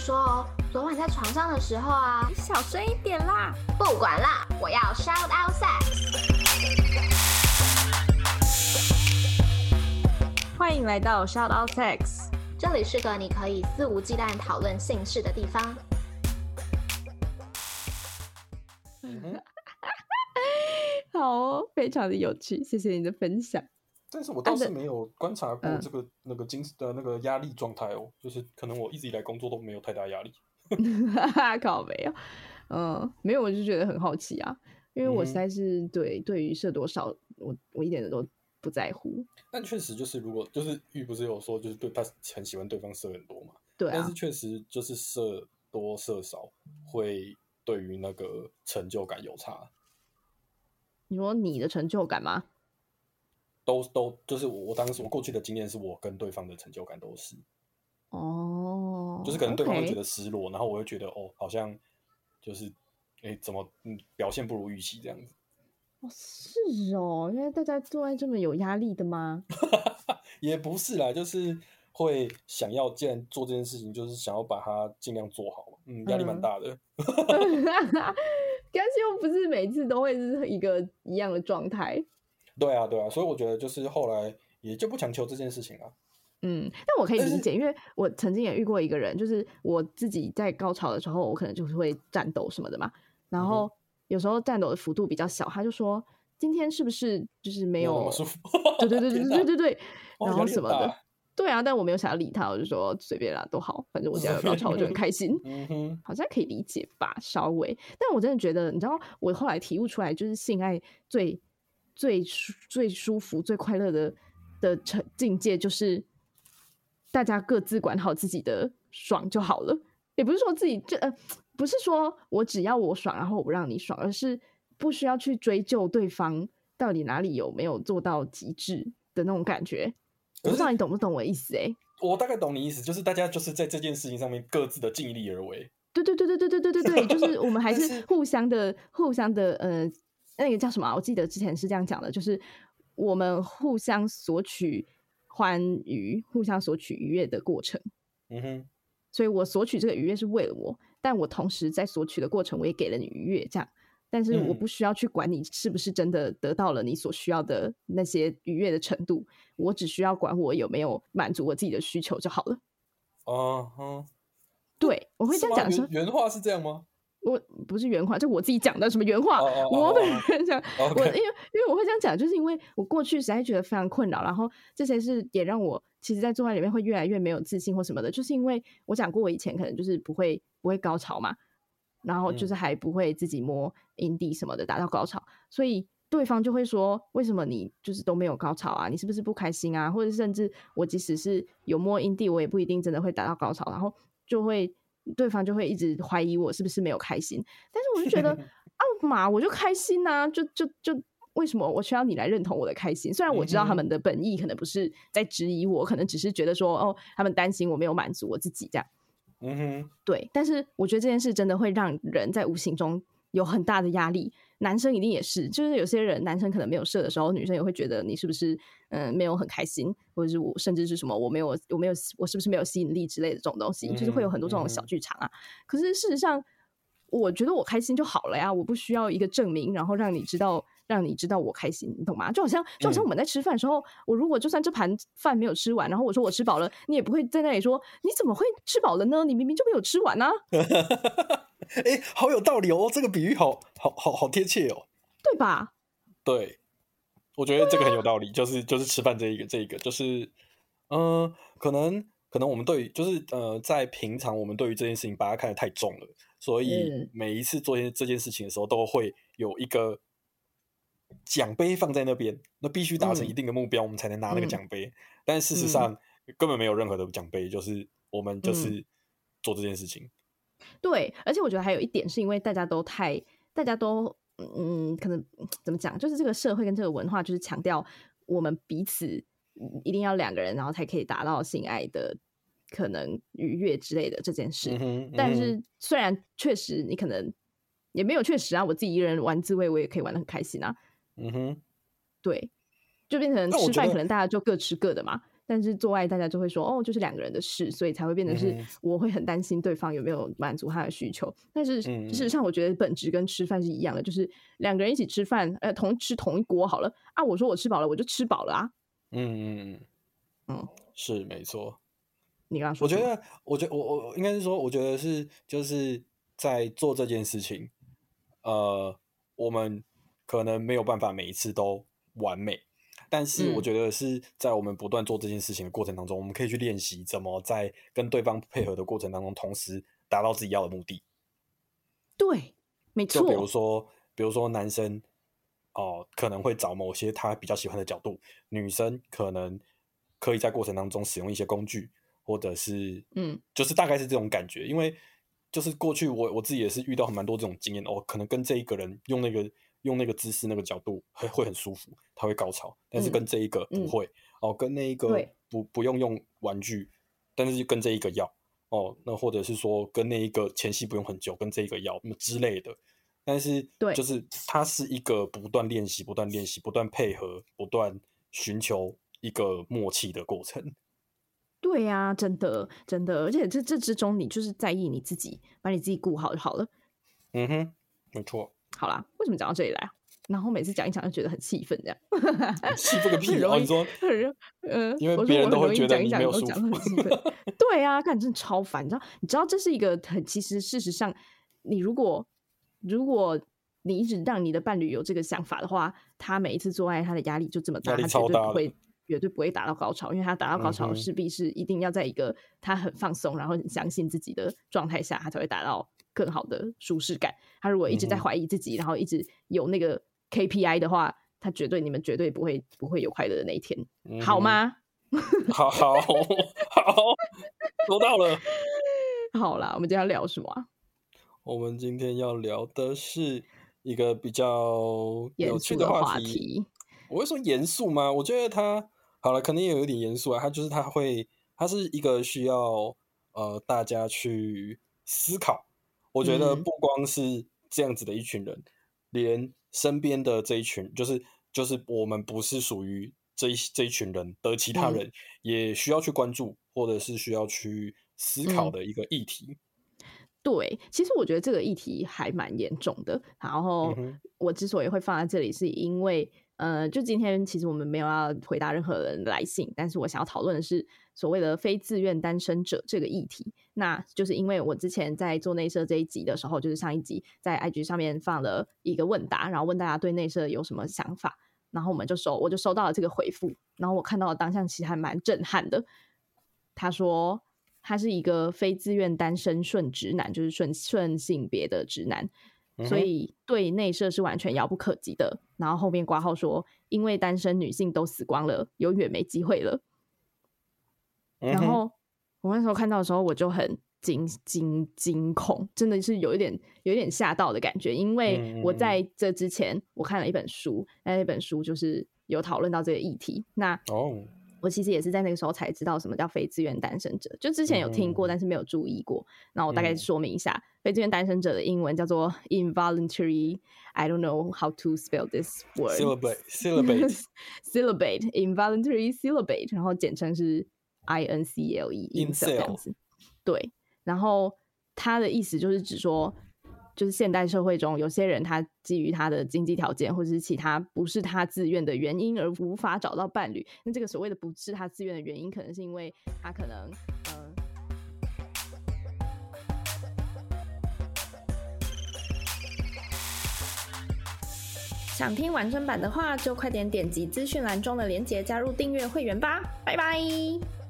说哦，昨晚在床上的时候啊， 你小声一点啦！ 不管啦，我要 shout out sex。 欢迎来到 Shout Out Sex， 这里是个你可以肆无忌惮讨论性事的地方。 好哦，非常的有趣，谢谢你的分享。 但是我倒是没有观察过这个那个压力状态哦，就是可能我一直以来工作都没有太大压力。 靠没有，没有，我就觉得很好奇啊，因为我实在是对于射多少，我一点都不在乎。 但确实就是如果就是玉不是有说就是对他很喜欢对方射很多嘛， 对啊， 但是确实就是射多射少会对于那个成就感有差。 你说你的成就感吗？ 都就是我当时我过去的经验是我跟对方的成就感都是哦， 就是可能对方会觉得失落，然后我会觉得哦好像就是怎么表现不如预期这样子。 哦，是哦，因为大家做爱这么有压力的吗？ 也不是啦，就是会想要，既然做这件事情，就是想要把它尽量做好，压力蛮大的。 但是又不是每次都会是一个一样的状态。 对啊，所以我觉得就是后来也就不强求这件事情了。 但我可以理解，因为我曾经也遇过一个人，就是我自己在高潮的时候，我可能就是会颤抖什么的嘛，然后有时候颤抖的幅度比较小，他就说今天是不是就是没有那么舒服？ 对，然后什么的。 啊对啊，但我没有想要理他，我就说随便啦，都好，反正我只要有高潮我就很开心。好像可以理解吧，稍微。但我真的觉得，你知道，我后来体悟出来，就是性爱最舒服、最快乐的境界，就是大家各自管好自己的爽就好了。也不是说自己不是说我只要我爽，然后我不让你爽，而是不需要去追究对方到底哪里有没有做到极致的那种感觉。我不知道你懂不懂我的意思我大概懂你意思，就是大家就是在这件事情上面各自的尽力而为。 对，就是我们还是互相的那个叫什么我记得之前是这样讲的，就是我们互相索取欢愉，互相索取愉悦的过程。所以我索取这个愉悦是为了我，但我同时在索取的过程我也给了你愉悦，这样。但是我不需要去管你是不是真的得到了你所需要的那些愉悦的程度，我只需要管我有没有满足我自己的需求就好了。对，我会这样讲说。 原话是这样吗？ 我不是原话，就我自己讲的什么原话，我本人讲，因为我会这样讲，就是因为我过去实在觉得非常困扰，然后这些事也让我其实在做爱里面会越来越没有自信或什么的，就是因为我讲过我以前可能就是不会高潮嘛，然后就是还不会自己摸阴蒂什么的达到高潮，所以对方就会说为什么你就是都没有高潮啊，你是不是不开心啊，或者甚至我即使是有摸阴蒂我也不一定真的会达到高潮，然后对方就会一直怀疑我是不是没有开心，但是我就觉得嘛我就开心啊，就为什么我需要你来认同我的开心？虽然我知道他们的本意可能不是在质疑我，可能只是觉得说他们担心我没有满足我自己这样。对，但是我觉得这件事真的会让人在无形中有很大的压力，男生一定也是，就是有些人男生可能没有射的时候，女生也会觉得你是不是没有很开心，或者是我甚至是什么我是不是没有吸引力之类的这种东西，就是会有很多这种小剧场啊。可是事实上我觉得我开心就好了呀，我不需要一个证明然后让你知道我开心，你懂吗？就好像我们在吃饭的时候，我如果就算这盘饭没有吃完，然后我说我吃饱了，你也不会在那里说你怎么会吃饱了呢？你明明就没有吃完啊。 好有道理哦，这个比喻好贴切哦， 对吧？ 对，我觉得这个很有道理，就是吃饭这一个就是可能我们对于就是在平常我们对于这件事情把它看得太重了，所以每一次做这件事情的时候都会有一个奖杯放在那边，那必须达成一定的目标我们才能拿那个奖杯，但事实上根本没有任何的奖杯，就是我们就是做这件事情。 对，而且我觉得还有一点是因为大家都可能怎么讲，就是这个社会跟这个文化就是强调我们彼此一定要两个人然后才可以达到性爱的可能愉悦之类的这件事。但是虽然确实你可能也没有确实啊，我自己一个人玩自慰我也可以玩得很开心啊。对，就变成吃饭可能大家就各吃各的嘛， 但是做爱大家就会说就是两个人的事，所以才会变成是我会很担心对方有没有满足他的需求。但是事实上我觉得本质跟吃饭是一样的，就是两个人一起吃饭，吃同一锅好了啊，我说我吃饱了我就吃饱了啊。 是没错。 你刚刚说我应该是说，我觉得是就是在做这件事情，我们可能没有办法每一次都完美，但是我觉得是在我们不断做这件事情的过程当中，我们可以去练习怎么在跟对方配合的过程当中，同时达到自己要的目的。 对，没错。 就比如说男生可能会找某些他比较喜欢的角度，女生可能可以在过程当中使用一些工具，或者是就是大概是这种感觉。因为就是过去我自己也是遇到蛮多这种经验可能跟这一个人用那个姿势那个角度会很舒服，他会高潮，但是跟这一个不会跟那一个不用玩具，但是跟这一个要那或者是说跟那一个前戏不用很久，跟这一个要之类的。但是就是它是一个不断练习、不断配合、不断寻求一个默契的过程。 对呀，真的，而且这之中，你就是在意你自己，把你自己顾好就好了。 没错。 好啦，为什么讲到这里来？然后每次讲一讲就觉得很气愤，这样。 气愤个屁！你说，因为别人都会觉得你没有舒服。 对啊，看真的超烦，你知道这是一个其实事实上，你如果你一直让你的伴侣有这个想法的话，他每一次做爱他的压力就这么大，他绝对不会达到高潮，因为他达到高潮势必是一定要在一个他很放松然后很相信自己的状态下，他才会达到更好的舒适感。他如果一直在怀疑自己，然后一直有那个 KPI 的话，你们绝对不会有快乐的那一天，好吗？ 好，收到了。 好啦，我们今天要聊什么啊？ 我们今天要聊的是一个比较有趣的话题。我会说严肃吗？我觉得它好了，可能也有一点严肃啊。它是一个需要大家去思考。我觉得不光是这样子的一群人，连身边的这一群，就是我们不是属于这一群人的其他人，也需要去关注，或者是需要去思考的一个议题。 对，其实我觉得这个议题还蛮严重的。然后我之所以会放在这里，是因为就今天其实我们没有要回答任何人的来信，但是我想要讨论的是所谓的非自愿单身者这个议题。那就是因为我之前在做内射这一集的时候，就是上一集在 IG 上面放了一个问答，然后问大家对内射有什么想法，然后我就收到了这个回复，然后我看到的当下其实还蛮震撼的。他说他是一个非自愿单身顺直男，就是顺性别的直男，所以对内射是完全遥不可及的。然后后面括号说，因为单身女性都死光了，永远没机会了。然后我那时候看到的时候，我就很惊恐，真的是有一点吓到的感觉。因为我在这之前我看了一本书，那本书就是有讨论到这个议题。那我其实也是在那个时候才知道什么叫非自愿单身者，就之前有听过，但是没有注意过。那我大概说明一下，非自愿单身者的英文叫做 involuntary， I don't know how to spell this word， celibate involuntary celibate， 然后简称是 INCLE incel 这样子。对，然后他的意思就是指说，就是现代社会中有些人他基于他的经济条件或者是其他不是他自愿的原因而无法找到伴侣。那这个所谓的不是他自愿的原因，可能是因为他可能想听完整版的话，就快点点击资讯栏中的连结加入订阅会员吧，拜拜。